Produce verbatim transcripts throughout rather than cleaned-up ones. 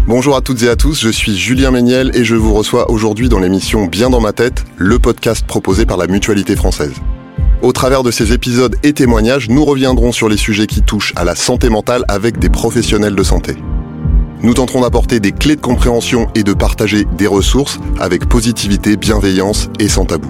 Bonjour à toutes et à tous, je suis Julien Méniel et je vous reçois aujourd'hui dans l'émission Bien dans ma tête, le podcast proposé par la Mutualité française. Au travers de ces épisodes et témoignages, nous reviendrons sur les sujets qui touchent à la santé mentale avec des professionnels de santé. Nous tenterons d'apporter des clés de compréhension et de partager des ressources avec positivité, bienveillance et sans tabou.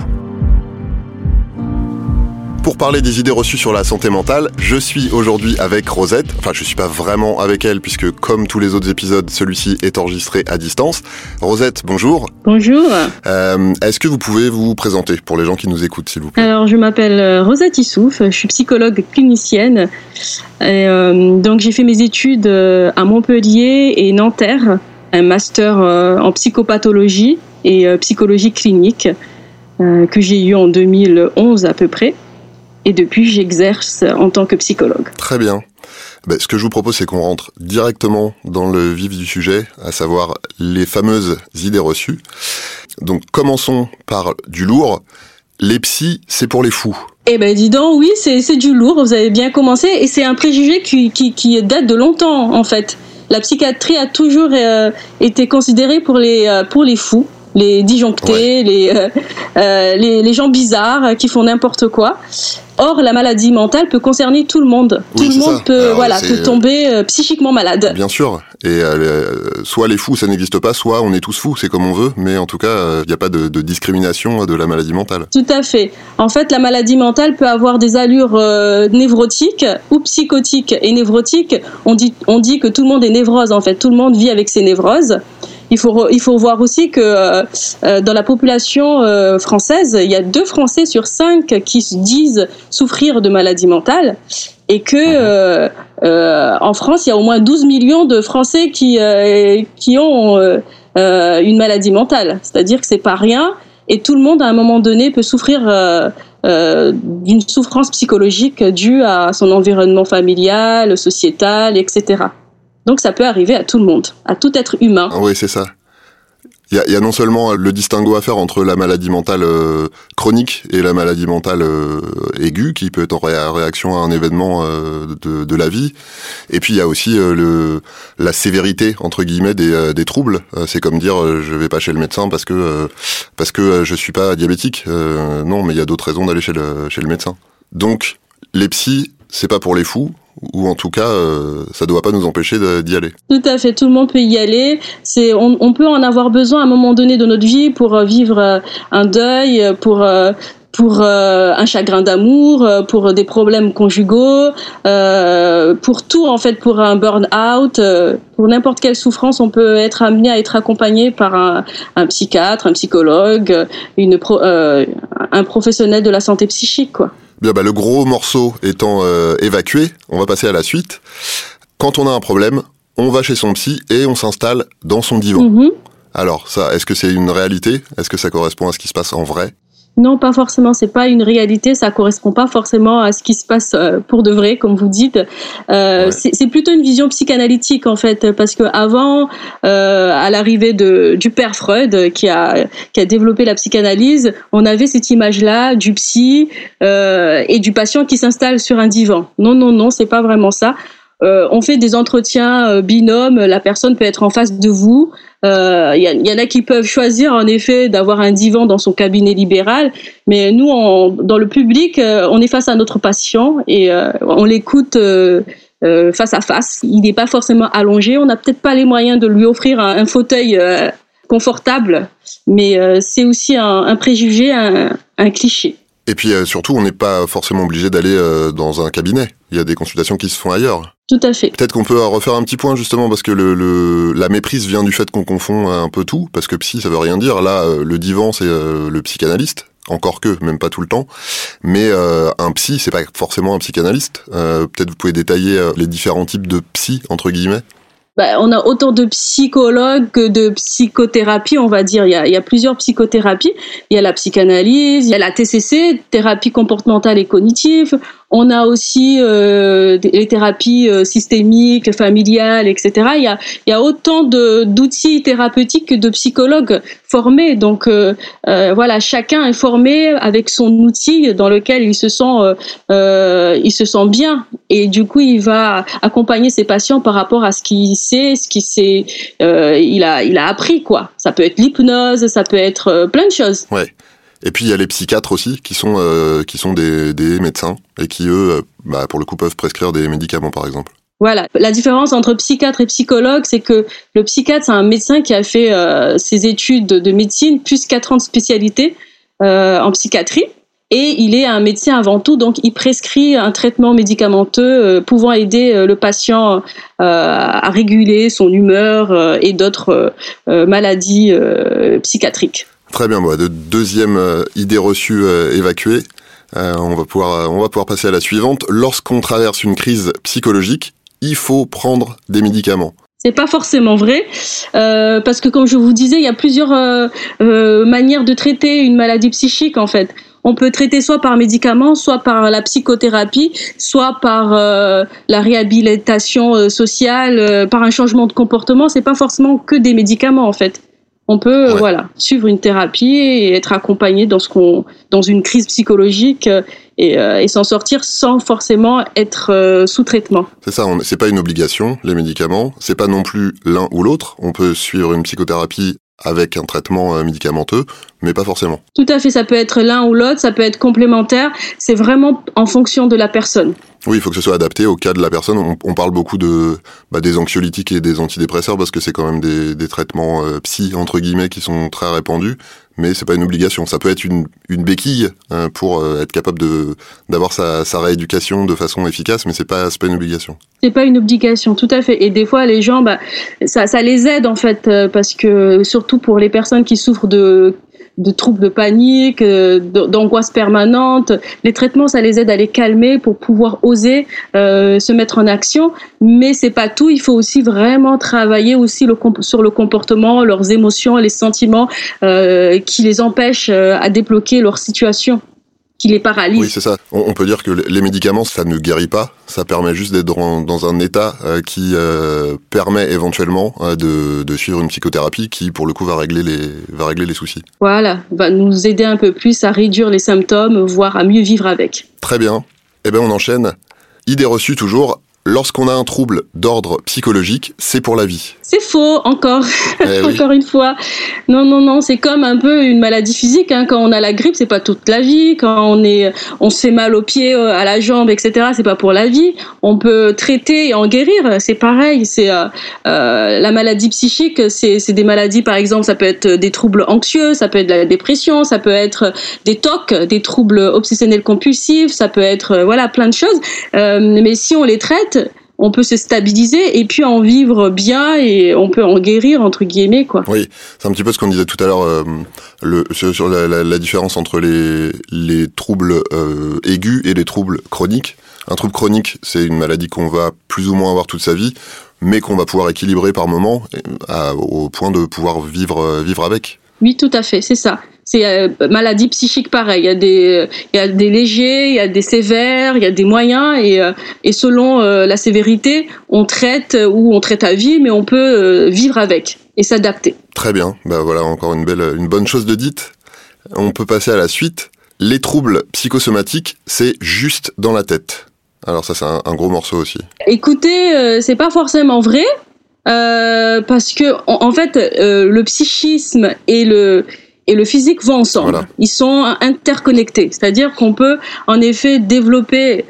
Pour parler des idées reçues sur la santé mentale, je suis aujourd'hui avec Rosette. Enfin, je suis pas vraiment avec elle puisque, comme tous les autres épisodes, celui-ci est enregistré à distance. Rosette, bonjour. Bonjour. Euh, est-ce que vous pouvez vous présenter pour les gens qui nous écoutent, s'il vous plaît ? Alors, je m'appelle Rosette Issouf, je suis psychologue clinicienne. Et, euh, donc, j'ai fait mes études à Montpellier et Nanterre, un master euh, en psychopathologie et euh, psychologie clinique euh, que j'ai eu en deux mille onze à peu près. Et depuis, j'exerce en tant que psychologue. Très bien. Ben, ce que je vous propose, c'est qu'on rentre directement dans le vif du sujet, à savoir les fameuses idées reçues. Donc, commençons par du lourd. Les psys, c'est pour les fous. Eh ben, dis donc, oui, c'est, c'est du lourd, vous avez bien commencé. Et c'est un préjugé qui, qui, qui date de longtemps, en fait. La psychiatrie a toujours euh, été considérée pour les, euh, pour les fous. Les disjonctés, ouais. les, euh, euh, les, les gens bizarres qui font n'importe quoi. Or, la maladie mentale peut concerner tout le monde. Oui, tout le monde ça. peut, Alors, voilà, peut tomber euh, psychiquement malade. Bien sûr. Et euh, soit les fous, ça n'existe pas, soit on est tous fous, c'est comme on veut. Mais en tout cas, il euh, n'y a pas de, de discrimination de la maladie mentale. Tout à fait. En fait, la maladie mentale peut avoir des allures euh, névrotiques ou psychotiques. Et névrotiques, on dit, on dit que tout le monde est névrose, en fait. Tout le monde vit avec ses névroses. Il faut, il faut voir aussi que euh, dans la population euh, française, il y a deux Français sur cinq qui se disent souffrir de maladie mentale et que euh, euh, en France, il y a au moins douze millions de Français qui, euh, qui ont euh, euh, une maladie mentale. C'est-à-dire que c'est pas rien et tout le monde, à un moment donné, peut souffrir euh, euh, d'une souffrance psychologique due à son environnement familial, sociétal, et cetera. Donc ça peut arriver à tout le monde, à tout être humain. Oui, c'est ça. Il y a, il y a non seulement le distinguo à faire entre la maladie mentale euh, chronique et la maladie mentale euh, aiguë, qui peut être en ré- réaction à un événement euh, de, de la vie. Et puis il y a aussi euh, le, la sévérité entre guillemets des, euh, des troubles. Euh, c'est comme dire euh, je vais pas chez le médecin parce que euh, parce que euh, je suis pas diabétique. Euh, non, mais il y a d'autres raisons d'aller chez le chez le médecin. Donc les psys, c'est pas pour les fous. Ou en tout cas, euh, ça ne doit pas nous empêcher de, d'y aller. Tout à fait, tout le monde peut y aller. C'est, on, on peut en avoir besoin à un moment donné de notre vie pour vivre un deuil, pour, pour un chagrin d'amour, pour des problèmes conjugaux, euh, pour tout en fait, pour un burn-out, pour n'importe quelle souffrance, on peut être amené à être accompagné par un, un psychiatre, un psychologue, une pro, euh, un professionnel de la santé psychique, quoi. Bien, bah, le gros morceau étant euh, évacué, on va passer à la suite. Quand on a un problème, on va chez son psy et on s'installe dans son divan. Mmh. Alors, ça, est-ce que c'est une réalité ? Est-ce que ça correspond à ce qui se passe en vrai ? Non, pas forcément. C'est pas une réalité. Ça correspond pas forcément à ce qui se passe pour de vrai, comme vous dites. Euh, ouais. c'est, c'est plutôt une vision psychanalytique en fait, parce que avant, euh, à l'arrivée de du père Freud, qui a qui a développé la psychanalyse, on avait cette image-là du psy euh, et du patient qui s'installe sur un divan. Non, non, non, c'est pas vraiment ça. Euh, on fait des entretiens euh, binômes, la personne peut être en face de vous. Il euh, y, y en a qui peuvent choisir en effet d'avoir un divan dans son cabinet libéral, mais nous, on, dans le public, euh, on est face à notre patient et euh, on l'écoute euh, euh, face à face. Il n'est pas forcément allongé, on n'a peut-être pas les moyens de lui offrir un, un fauteuil euh, confortable, mais euh, c'est aussi un, un préjugé, un, un cliché. Et puis euh, surtout, on n'est pas forcément obligé d'aller euh, dans un cabinet. Il y a des consultations qui se font ailleurs. Tout à fait. Peut-être qu'on peut refaire un petit point justement parce que le, le la méprise vient du fait qu'on confond un peu tout, parce que psy ça veut rien dire. Là, euh, le divan c'est euh, le psychanalyste, encore que même pas tout le temps. Mais euh, un psy c'est pas forcément un psychanalyste. Euh, peut-être vous pouvez détailler euh, les différents types de psy entre guillemets. Bah, on a autant de psychologues que de psychothérapie, on va dire. Il y a, il y a plusieurs psychothérapies. Il y a la psychanalyse, il y a la T C C, thérapie comportementale et cognitive. On a aussi euh, les thérapies euh, systémiques, familiales, et cetera. Il y a, il y a autant de, d'outils thérapeutiques que de psychologues formés. Donc euh, euh, voilà, chacun est formé avec son outil dans lequel il se sent, euh, euh, il se sent bien. Et du coup, il va accompagner ses patients par rapport à ce qu'il sait, ce qu'il sait, euh, il a, il a appris quoi. Ça peut être l'hypnose, ça peut être euh, plein de choses. Ouais. Et puis il y a les psychiatres aussi, qui sont euh, qui sont des, des médecins et qui eux, euh, bah, pour le coup, peuvent prescrire des médicaments, par exemple. Voilà. La différence entre psychiatre et psychologue, c'est que le psychiatre, c'est un médecin qui a fait euh, ses études de médecine, plus quatre ans de spécialité euh, en psychiatrie. Et il est un médecin avant tout, donc il prescrit un traitement médicamenteux euh, pouvant aider euh, le patient euh, à réguler son humeur euh, et d'autres euh, maladies euh, psychiatriques. Très bien, bon, de deuxième euh, idée reçue euh, évacuée, euh, on va pouvoir on va pouvoir passer à la suivante. Lorsqu'on traverse une crise psychologique, il faut prendre des médicaments. C'est pas forcément vrai, euh, parce que comme je vous disais, il y a plusieurs euh, euh, manières de traiter une maladie psychique en fait. On peut traiter soit par médicaments, soit par la psychothérapie, soit par euh, la réhabilitation euh, sociale, euh, par un changement de comportement. C'est pas forcément que des médicaments en fait. On peut, ouais. voilà, suivre une thérapie et être accompagné dans ce qu'on, dans une crise psychologique et, euh, et s'en sortir sans forcément être euh, sous traitement. C'est ça, on, c'est pas une obligation, les médicaments. C'est pas non plus l'un ou l'autre. On peut suivre une psychothérapie avec un traitement euh, médicamenteux, mais pas forcément. Tout à fait, ça peut être l'un ou l'autre, ça peut être complémentaire. C'est vraiment en fonction de la personne. Oui, il faut que ce soit adapté au cas de la personne. On, on parle beaucoup de bah, des anxiolytiques et des antidépresseurs parce que c'est quand même des, des traitements euh, psy entre guillemets qui sont très répandus, mais c'est pas une obligation. Ça peut être une, une béquille hein, pour euh, être capable de d'avoir sa, sa rééducation de façon efficace, mais c'est pas c'est pas une obligation. C'est pas une obligation, tout à fait. Et des fois, les gens, bah, ça, ça les aide en fait, euh, parce que surtout pour les personnes qui souffrent de de troubles de panique, euh, d'angoisse permanente. Les traitements, ça les aide à les calmer pour pouvoir oser euh, se mettre en action. Mais c'est pas tout. Il faut aussi vraiment travailler aussi le comp- sur le comportement, leurs émotions, les sentiments euh, qui les empêchent euh, à débloquer leur situation, qui les paralyse. Oui, c'est ça. On, on peut dire que les médicaments, ça ne guérit pas. Ça permet juste d'être dans, dans un état euh, qui euh, permet éventuellement euh, de, de suivre une psychothérapie qui, pour le coup, va régler les, va régler les soucis. Voilà, va nous aider un peu plus à réduire les symptômes, voire à mieux vivre avec. Très bien. Eh bien, on enchaîne. Idée reçue toujours. Lorsqu'on a un trouble d'ordre psychologique, c'est pour la vie. C'est faux, encore, eh oui. encore une fois. Non, non, non, c'est comme un peu une maladie physique. Hein. Quand on a la grippe, c'est pas toute la vie. Quand on est, on se fait mal au pied, à la jambe, et cetera, c'est pas pour la vie. On peut traiter et en guérir. C'est pareil. C'est euh, euh, la maladie psychique. C'est, c'est des maladies, par exemple, ça peut être des troubles anxieux, ça peut être de la dépression, ça peut être des T O C, des troubles obsessionnels compulsifs, ça peut être voilà plein de choses. Euh, mais si on les traite, on peut se stabiliser et puis en vivre bien et on peut en guérir entre guillemets quoi. Oui, c'est un petit peu ce qu'on disait tout à l'heure, euh, le, sur, sur la, la, la différence entre les, les troubles euh, aigus et les troubles chroniques. Un trouble chronique, c'est une maladie qu'on va plus ou moins avoir toute sa vie, mais qu'on va pouvoir équilibrer par moment à, au point de pouvoir vivre vivre avec. Oui, tout à fait, c'est ça. C'est euh, maladie psychique pareil. Il y a des, il y a des légers, il y a des sévères, il y a des moyens et, euh, et selon euh, la sévérité, on traite ou on traite à vie, mais on peut euh, vivre avec et s'adapter. Très bien. Bah voilà, encore une belle, une bonne chose de dite. On peut passer à la suite. Les troubles psychosomatiques, c'est juste dans la tête. Alors ça, c'est un, un gros morceau aussi. Écoutez, euh, c'est pas forcément vrai. Euh, parce que en, en fait, euh, le psychisme et le et le physique vont ensemble. Voilà. Ils sont interconnectés. C'est-à-dire qu'on peut en effet développer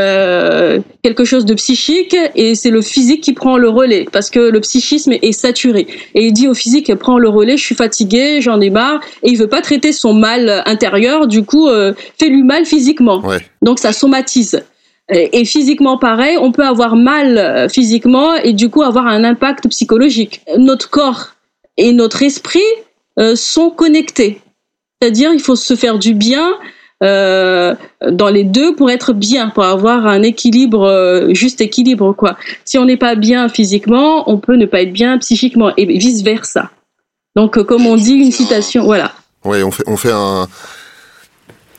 euh, quelque chose de psychique et c'est le physique qui prend le relais parce que le psychisme est saturé. Et il dit au physique, prends le relais, je suis fatigué, j'en ai marre. Et il veut pas traiter son mal intérieur, du coup, euh, fais-lui mal physiquement. Ouais. Donc ça somatise. Et physiquement pareil, on peut avoir mal physiquement et du coup avoir un impact psychologique. Notre corps et notre esprit euh, sont connectés. C'est-à-dire il faut se faire du bien euh, dans les deux pour être bien, pour avoir un équilibre, euh, juste équilibre quoi. Si on n'est pas bien physiquement, on peut ne pas être bien psychiquement et vice versa. Donc comme on dit une citation, voilà. Oui, on fait on fait un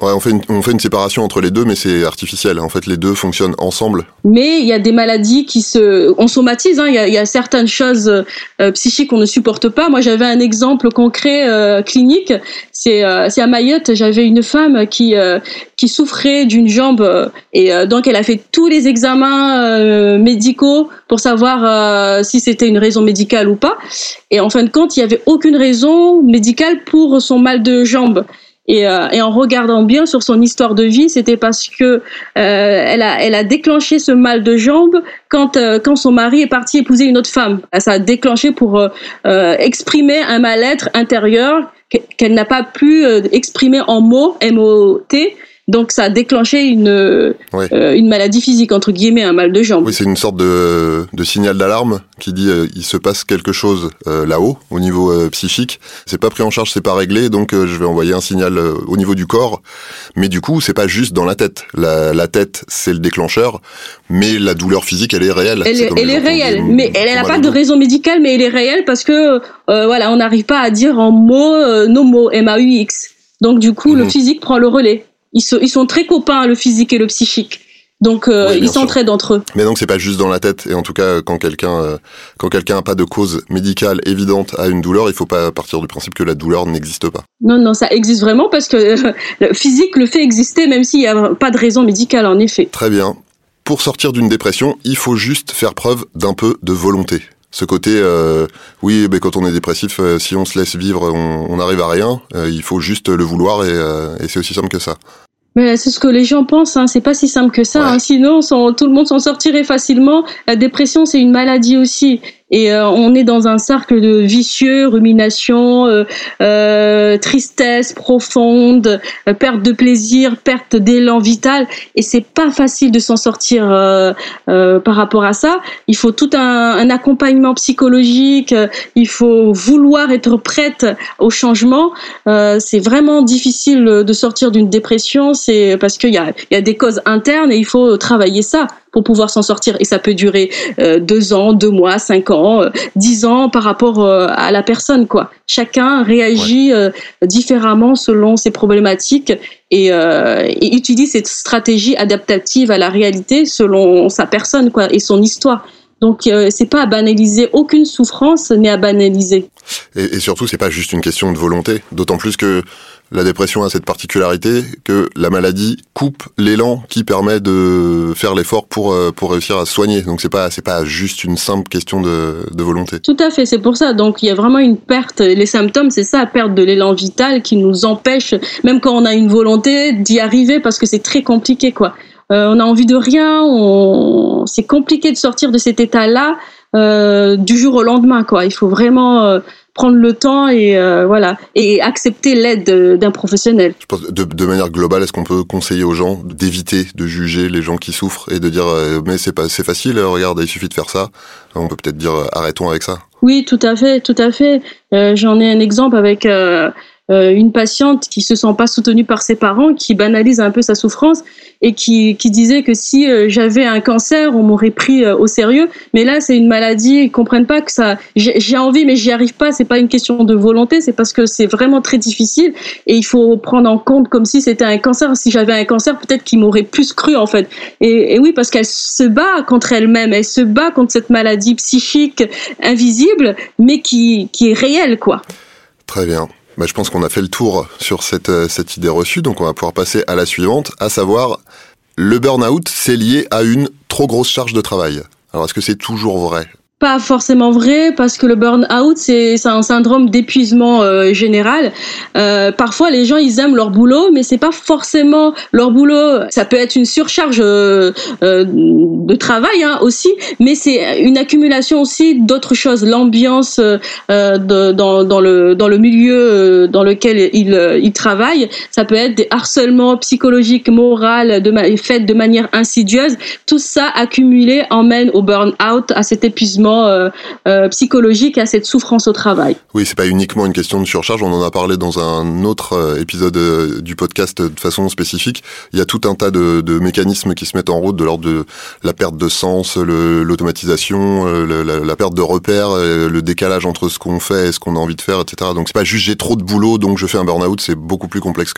Ouais, on fait une, on fait une séparation entre les deux, mais c'est artificiel. En fait, les deux fonctionnent ensemble. Mais il y a des maladies qui se, on somatise. Hein. Il y a, il y a certaines choses euh, psychiques qu'on ne supporte pas. Moi, j'avais un exemple concret euh, clinique. C'est, euh, c'est à Mayotte. J'avais une femme qui euh, qui souffrait d'une jambe euh, et euh, donc elle a fait tous les examens euh, médicaux pour savoir euh, si c'était une raison médicale ou pas. Et en fin de compte, il y avait aucune raison médicale pour son mal de jambe. Et, euh, et en regardant bien sur son histoire de vie, c'était parce que euh, elle a, elle a déclenché ce mal de jambe quand, euh, quand son mari est parti épouser une autre femme. Ça a déclenché pour euh, euh, exprimer un mal-être intérieur qu'elle n'a pas pu euh, exprimer en mots, M O T. Donc ça a déclenché une ouais. euh, une maladie physique entre guillemets, un mal de jambe. Oui, c'est une sorte de de signal d'alarme qui dit euh, il se passe quelque chose euh, là-haut au niveau euh, psychique. C'est pas pris en charge, c'est pas réglé, donc euh, je vais envoyer un signal euh, au niveau du corps. Mais du coup, c'est pas juste dans la tête. La la tête, c'est le déclencheur, mais la douleur physique, elle est réelle. Elle c'est est, elle est réelle, des, mais elle n'a pas de raison médicale, mais elle est réelle parce que euh, voilà, on n'arrive pas à dire en mots euh, nos mots M A U X. Donc du coup, mmh. le physique prend le relais. Ils sont, ils sont très copains, le physique et le psychique. Donc, euh, oui, ils s'entraident entre eux. Mais donc, c'est pas juste dans la tête. Et en tout cas, quand quelqu'un, euh, quand quelqu'un n'a pas de cause médicale évidente à une douleur, il faut pas partir du principe que la douleur n'existe pas. Non, non, ça existe vraiment parce que euh, le physique le fait exister, même s'il n'y a pas de raison médicale, en effet. Très bien. Pour sortir d'une dépression, il faut juste faire preuve d'un peu de volonté. Ce côté, euh, oui, mais quand on est dépressif, euh, si on se laisse vivre, on n'arrive à rien. Euh, il faut juste le vouloir et, euh, et c'est aussi simple que ça. Mais c'est ce que les gens pensent, hein. C'est pas si simple que ça. Ouais. Hein. Sinon, tout le monde s'en sortirait facilement. La dépression, c'est une maladie aussi. Et euh, on est dans un cercle de vicieux, rumination, euh, euh, tristesse profonde, euh, perte de plaisir, perte d'élan vital. Et c'est pas facile de s'en sortir euh, euh, par rapport à ça. Il faut tout un, un accompagnement psychologique. Euh, il faut vouloir être prête au changement. Euh, c'est vraiment difficile de sortir d'une dépression. C'est parce qu'il y a, il y a des causes internes et il faut travailler ça pour pouvoir s'en sortir. Et ça peut durer euh, deux ans, deux mois, cinq ans, euh, dix ans par rapport euh, à la personne, quoi. Chacun réagit ouais. euh, différemment selon ses problématiques et, euh, et utilise cette stratégie adaptative à la réalité selon sa personne, quoi, et son histoire. Donc, euh, c'est pas à banaliser, aucune souffrance n'est à banaliser. Et, et surtout, c'est pas juste une question de volonté. D'autant plus que la dépression a cette particularité que la maladie coupe l'élan qui permet de faire l'effort pour pour réussir à se soigner. Donc c'est pas c'est pas juste une simple question de de volonté. Tout à fait, c'est pour ça. Donc il y a vraiment une perte. Les symptômes, c'est ça, perte de l'élan vital qui nous empêche, même quand on a une volonté, d'y arriver parce que c'est très compliqué, quoi. Euh, on a envie de rien, on... c'est compliqué de sortir de cet état-là euh, du jour au lendemain, quoi. Il faut vraiment euh, prendre le temps et euh, voilà et accepter l'aide d'un professionnel. Je pense de, de manière globale, est-ce qu'on peut conseiller aux gens d'éviter de juger les gens qui souffrent et de dire euh, mais c'est pas c'est facile, regarde, il suffit de faire ça. On peut peut-être dire euh, arrêtons avec ça. Oui, tout à fait, tout à fait. Euh, j'en ai un exemple avec euh, euh, une patiente qui se sent pas soutenue par ses parents, qui banalise un peu sa souffrance et qui, qui disait que si euh, j'avais un cancer, on m'aurait pris euh, au sérieux. Mais là, c'est une maladie, ils comprennent pas que ça. J'ai, j'ai envie, mais j'y arrive pas. C'est pas une question de volonté, c'est parce que c'est vraiment très difficile et il faut prendre en compte comme si c'était un cancer. Si j'avais un cancer, peut-être qu'ils m'auraient plus cru en fait. Et, et oui, parce qu'elle se bat contre elle-même, elle se bat contre cette maladie psychique invisible, mais qui qui est réelle, quoi. Très bien. Bah, je pense qu'on a fait le tour sur cette, cette idée reçue, donc on va pouvoir passer à la suivante, à savoir, le burn-out, c'est lié à une trop grosse charge de travail. Alors, est-ce que c'est toujours vrai ? Pas forcément vrai, parce que le burn-out, c'est, c'est un syndrome d'épuisement euh, général. Euh, parfois, les gens, ils aiment leur boulot, mais c'est pas forcément leur boulot. Ça peut être une surcharge euh, euh, de travail hein, aussi, mais c'est une accumulation aussi d'autres choses. L'ambiance euh, de, dans, dans, le, dans le milieu dans lequel ils, ils travaillent, ça peut être des harcèlements psychologiques, moraux, de, faits de manière insidieuse. Tout ça accumulé emmène au burn-out, à cet épuisement Euh, euh, psychologique à cette souffrance au travail. Oui, c'est pas uniquement une question de surcharge, on en a parlé dans un autre euh, épisode euh, du podcast de façon spécifique. Il y a tout un tas de, de mécanismes qui se mettent en route, de l'ordre de la perte de sens, le, l'automatisation, euh, le, la, la perte de repères, euh, le décalage entre ce qu'on fait et ce qu'on a envie de faire, et cetera. Donc c'est pas juste j'ai trop de boulot donc je fais un burn-out, c'est beaucoup plus complexe que ça.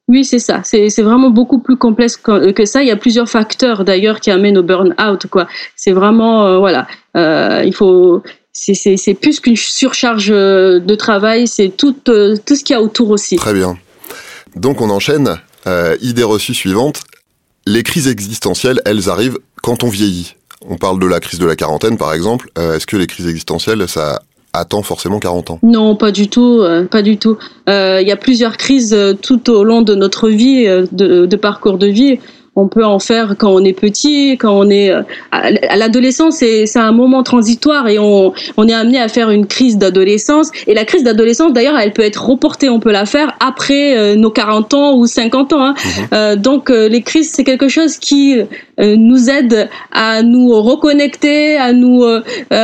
Oui, c'est ça. C'est, c'est vraiment beaucoup plus complexe que, que ça. Il y a plusieurs facteurs d'ailleurs qui amènent au burn-out, quoi. C'est vraiment, euh, voilà, euh, il faut. C'est, c'est, c'est plus qu'une surcharge de travail. C'est tout, euh, tout ce qu'il y a autour aussi. Très bien. Donc on enchaîne. Euh, idée reçue suivante. Les crises existentielles, elles arrivent quand on vieillit. On parle de la crise de la quarantaine, par exemple. Euh, est-ce que les crises existentielles, ça attend forcément quarante ans? Non, pas du tout, euh, pas du tout. Euh, il y a plusieurs crises euh, tout au long de notre vie, euh, de, de parcours de vie. On peut en faire quand on est petit, quand on est euh, à l'adolescence, c'est, c'est un moment transitoire et on, on est amené à faire une crise d'adolescence. Et la crise d'adolescence, d'ailleurs, elle peut être reportée, on peut la faire après euh, nos quarante ans ou cinquante ans. Hein. Mmh. Euh, donc euh, les crises, c'est quelque chose qui euh, nous aide à nous reconnecter, à nous, euh,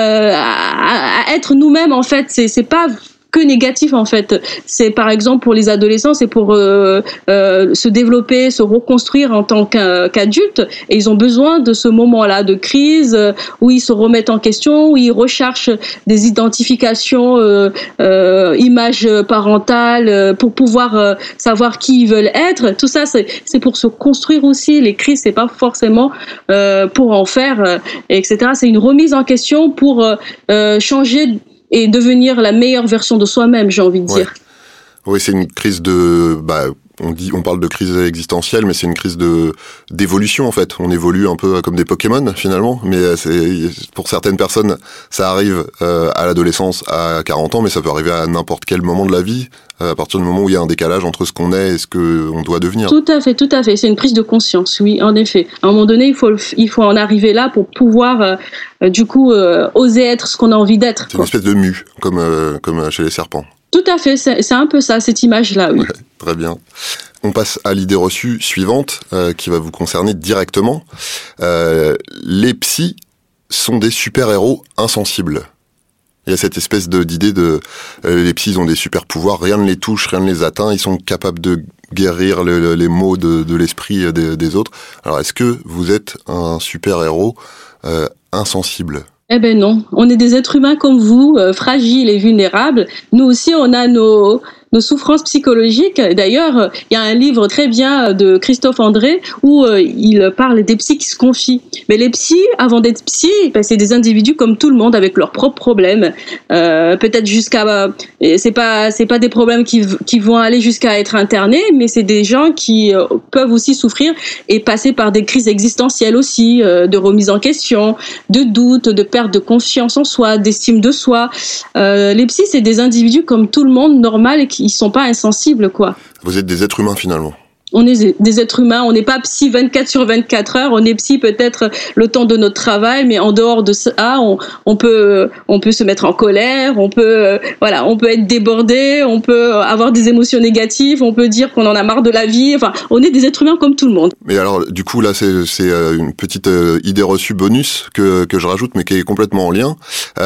à, à être nous-mêmes. En fait, c'est, c'est pas que négatif en fait. C'est par exemple pour les adolescents, c'est pour euh, euh, se développer, se reconstruire en tant qu'adultes, et ils ont besoin de ce moment-là de crise euh, où ils se remettent en question, où ils recherchent des identifications, euh, euh, images parentales euh, pour pouvoir euh, savoir qui ils veulent être. Tout ça, c'est, c'est pour se construire aussi. Les crises, c'est pas forcément euh, pour en faire, euh, et cetera. C'est une remise en question pour euh, changer et devenir la meilleure version de soi-même, j'ai envie de ouais. dire. Oui, c'est une crise de... Bah, on dit, on parle de crise existentielle, mais c'est une crise de d'évolution, en fait. On évolue un peu comme des Pokémon, finalement. Mais c'est, pour certaines personnes, ça arrive euh, à l'adolescence, à quarante ans, mais ça peut arriver à n'importe quel moment de la vie, à partir du moment où il y a un décalage entre ce qu'on est et ce qu'on doit devenir. Tout à fait, tout à fait. C'est une prise de conscience, oui, en effet. À un moment donné, il faut, il faut en arriver là pour pouvoir... Euh, Euh, du coup, euh, oser être ce qu'on a envie d'être. C'est quoi. Une espèce de mue, comme, euh, comme chez les serpents. Tout à fait, c'est, c'est un peu ça, cette image-là, oui. Ouais, très bien. On passe à l'idée reçue suivante, euh, qui va vous concerner directement. Euh, les psys sont des super-héros insensibles. Il y a cette espèce de, d'idée de... Euh, les psys ont des super-pouvoirs, rien ne les touche, rien ne les atteint, ils sont capables de guérir le, le, les maux de, de l'esprit des, des autres. Alors, est-ce que vous êtes un super-héros euh, insensible? Eh ben non, on est des êtres humains comme vous, euh, fragiles et vulnérables. Nous aussi, on a nos, nos souffrances psychologiques. D'ailleurs, il y a un livre très bien de Christophe André où euh, il parle des psys qui se confient. Mais les psys, avant d'être psys, ben, c'est des individus comme tout le monde avec leurs propres problèmes. Euh, peut-être jusqu'à, euh, c'est pas, c'est pas des problèmes qui, qui vont aller jusqu'à être internés, mais c'est des gens qui euh, peuvent aussi souffrir et passer par des crises existentielles aussi, euh, de remise en question, de doute, de perte de confiance en soi, d'estime de soi. Euh, les psys, c'est des individus comme tout le monde, normal, et qui ils sont pas insensibles, quoi. Vous êtes des êtres humains, finalement. On est des êtres humains, on n'est pas psy vingt-quatre sur vingt-quatre heures, on est psy peut-être le temps de notre travail, mais en dehors de ça, on, on peut, on peut se mettre en colère, on peut, euh, voilà, on peut être débordé, on peut avoir des émotions négatives, on peut dire qu'on en a marre de la vie, enfin, on est des êtres humains comme tout le monde. Mais alors, du coup, là, c'est, c'est une petite euh, idée reçue bonus que, que je rajoute, mais qui est complètement en lien.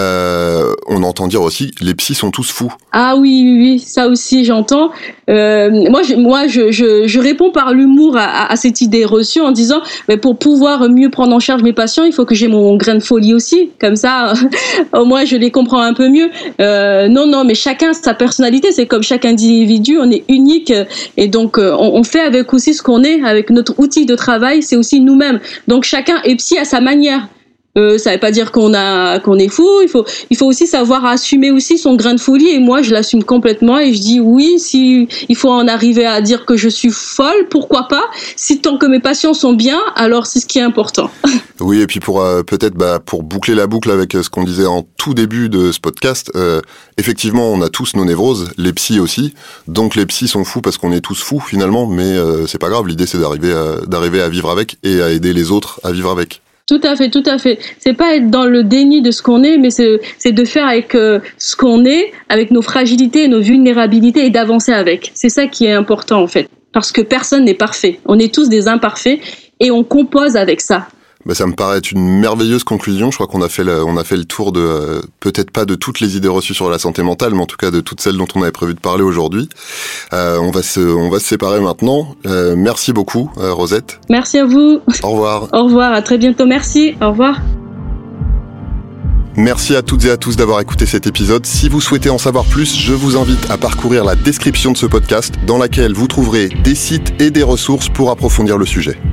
Euh, on entend dire aussi, les psys sont tous fous. Ah oui, oui, oui, ça aussi, j'entends. Euh, moi, je, moi, je, je, je réponds par l'humour à, à, à cette idée reçue en disant, mais pour pouvoir mieux prendre en charge mes patients, il faut que j'ai mon grain de folie aussi. Comme ça, au moins, je les comprends un peu mieux. Euh, non, non, mais chacun sa personnalité. C'est comme chaque individu, on est unique, et donc on, on fait avec aussi ce qu'on est, avec notre outil de travail. C'est aussi nous-mêmes. Donc chacun est psy à sa manière. Euh, ça veut pas dire qu'on a qu'on est fou. Il faut il faut aussi savoir assumer aussi son grain de folie. Et moi, je l'assume complètement et je dis oui. Si il faut en arriver à dire que je suis folle, pourquoi pas. Si tant que mes patients sont bien, alors c'est ce qui est important. Oui, et puis pour euh, peut-être bah, pour boucler la boucle avec ce qu'on disait en tout début de ce podcast, euh, effectivement, on a tous nos névroses, les psys aussi. Donc les psys sont fous parce qu'on est tous fous finalement, mais euh, c'est pas grave. L'idée c'est d'arriver à, d'arriver à vivre avec et à aider les autres à vivre avec. Tout à fait, tout à fait. C'est pas être dans le déni de ce qu'on est, mais c'est, c'est de faire avec euh, ce qu'on est, avec nos fragilités et nos vulnérabilités et d'avancer avec. C'est ça qui est important en fait. Parce que personne n'est parfait. On est tous des imparfaits et on compose avec ça. Bah, ça me paraît être une merveilleuse conclusion. Je crois qu'on a fait le, on a fait le tour de, euh, peut-être pas de toutes les idées reçues sur la santé mentale, mais en tout cas de toutes celles dont on avait prévu de parler aujourd'hui. Euh, on va se, on va se séparer maintenant. Euh, merci beaucoup, euh, Rosette. Merci à vous. Au revoir. Au revoir, à très bientôt. Merci. Au revoir. Merci à toutes et à tous d'avoir écouté cet épisode. Si vous souhaitez en savoir plus, je vous invite à parcourir la description de ce podcast dans laquelle vous trouverez des sites et des ressources pour approfondir le sujet.